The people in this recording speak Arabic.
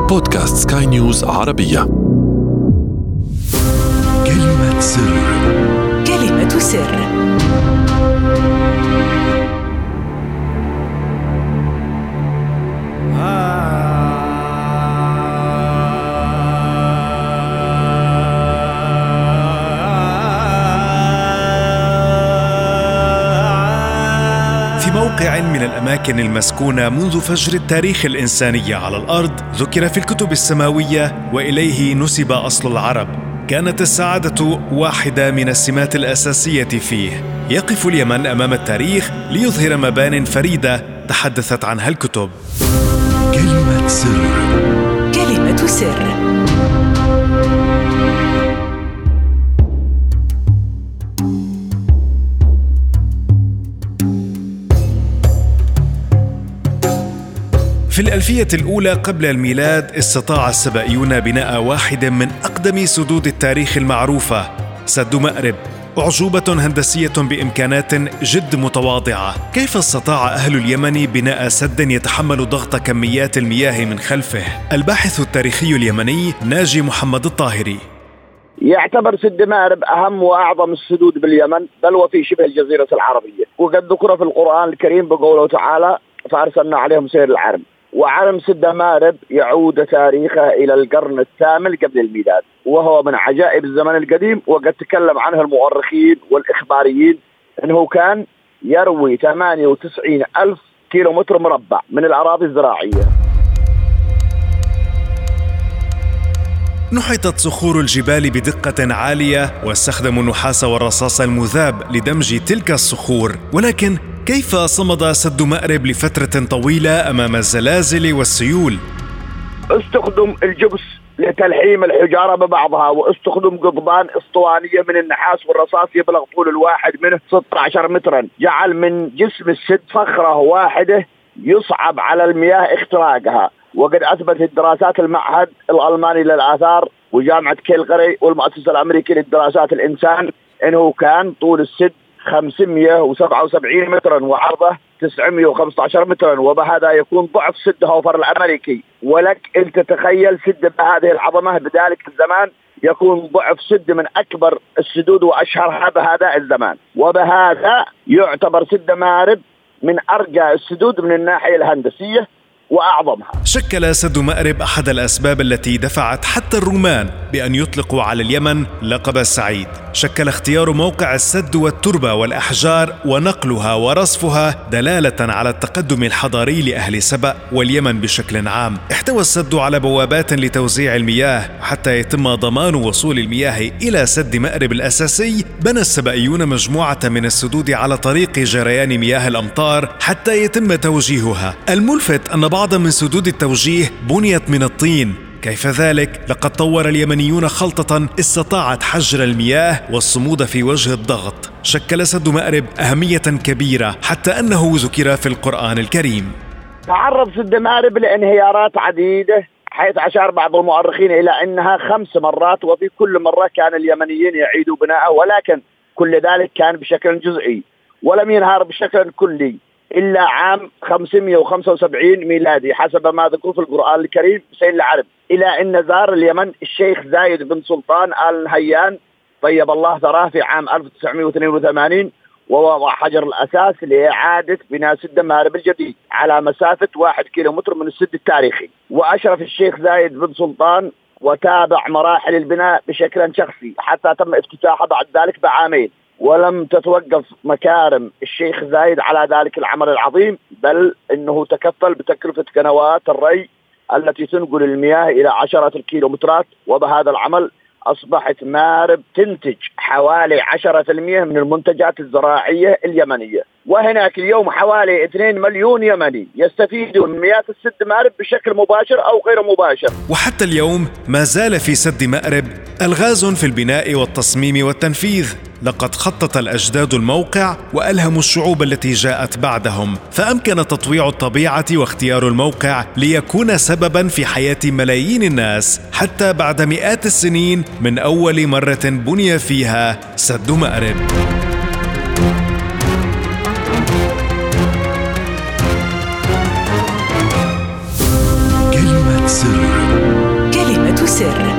بودكاست سكاي نيوز عربية. كلمة سر. كلمة سر. في موقع من الأماكن المسكونة منذ فجر التاريخ الإنساني على الأرض ذكر في الكتب السماوية وإليه نسب أصل العرب. كانت السعادة واحدة من السمات الأساسية فيه. يقف اليمن أمام التاريخ ليظهر مبان فريدة تحدثت عنها الكتب. كلمة سر. كلمة سر. في الألفية الأولى قبل الميلاد استطاع السبائيون بناء واحد من أقدم سدود التاريخ المعروفة، سد مأرب، أعجوبة هندسية بإمكانات جد متواضعة. كيف استطاع أهل اليمن بناء سد يتحمل ضغط كميات المياه من خلفه؟ الباحث التاريخي اليمني ناجي محمد الطاهري. يعتبر سد مأرب أهم وأعظم السدود باليمن، بل وفي شبه الجزيرة العربية، وقد ذكر في القرآن الكريم بقوله تعالى: فأرسلنا عليهم سيل العرم. وعلم سد مأرب يعود تاريخه إلى القرن الثامن قبل الميلاد، وهو من عجائب الزمن القديم، وقد تكلم عنه المؤرخين والإخباريين أنه كان يروي 98 ألف كيلومتر مربع من الأراضي الزراعية. نحتت صخور الجبال بدقة عالية، واستخدموا النحاس والرصاص المذاب لدمج تلك الصخور. ولكن كيف صمد سد مأرب لفترة طويلة أمام الزلازل والسيول؟ استخدم الجبس لتلحيم الحجارة ببعضها، واستخدم قضبان اسطوانية من النحاس والرصاص يبلغ طول الواحد منه 16 مترا. جعل من جسم السد صخرة واحدة يصعب على المياه اختراقها. وقد أثبتت الدراسات المعهد الألماني للآثار وجامعة كيلغري والمؤسسة الأمريكية للدراسات الإنسان أنه كان طول السد 577 مترا وعرضه 915 مترا، وبهذا يكون ضعف سد هوفر الأمريكي. ولك أن تتخيل سد بهذه العظمة بذلك الزمان يكون ضعف سد من أكبر السدود وأشهرها بهذا الزمان. وبهذا يعتبر سد مأرب من أرقى السدود من الناحية الهندسية وأعظمها. شكل سد مأرب أحد الأسباب التي دفعت حتى الرومان بأن يطلقوا على اليمن لقب السعيد. شكل اختيار موقع السد والتربة والأحجار ونقلها ورصفها دلالة على التقدم الحضاري لأهل سبأ واليمن بشكل عام. احتوى السد على بوابات لتوزيع المياه. حتى يتم ضمان وصول المياه إلى سد مأرب الأساسي، بنى السبائيون مجموعة من السدود على طريق جريان مياه الأمطار حتى يتم توجيهها. الملفت أن بعض من سدود التوجيه بنيت من الطين. كيف ذلك؟ لقد طور اليمنيون خلطة استطاعت حجر المياه والصمود في وجه الضغط. شكل سد مأرب أهمية كبيرة حتى أنه ذكر في القرآن الكريم. تعرض سد مأرب لانهيارات عديدة، حيث أشار بعض المؤرخين إلى أنها 5 مرات، وفي كل مرة كان اليمنيين يعيدوا بناءه، ولكن كل ذلك كان بشكل جزئي ولم ينهار بشكل كلي إلا عام 575 ميلادي حسب ما ذكر في القرآن الكريم سيل العرب. إلى أن زار اليمن الشيخ زايد بن سلطان آل نهيان طيب الله ثراه في عام 1982، ووضع حجر الأساس لإعادة بناء سد مأرب الجديد على مسافة 1 كيلومتر من السد التاريخي. وأشرف الشيخ زايد بن سلطان وتابع مراحل البناء بشكل شخصي حتى تم افتتاحه بعد ذلك بعامين. ولم تتوقف مكارم الشيخ زايد على ذلك العمل العظيم، بل إنه تكفل بتكلفة قنوات الري التي تنقل المياه إلى 10 الكيلومترات. وبهذا العمل أصبحت مأرب تنتج حوالي 10% من المنتجات الزراعية اليمنية. وهناك اليوم حوالي 2 مليون يمني يستفيدون من مياه السد مأرب بشكل مباشر أو غير مباشر. وحتى اليوم ما زال في سد مأرب ألغاز في البناء والتصميم والتنفيذ. لقد خطط الأجداد الموقع وألهموا الشعوب التي جاءت بعدهم، فأمكن تطويع الطبيعة واختيار الموقع ليكون سبباً في حياة ملايين الناس حتى بعد مئات السنين من أول مرة بني فيها سد مأرب. كلمة سر. كلمة سر.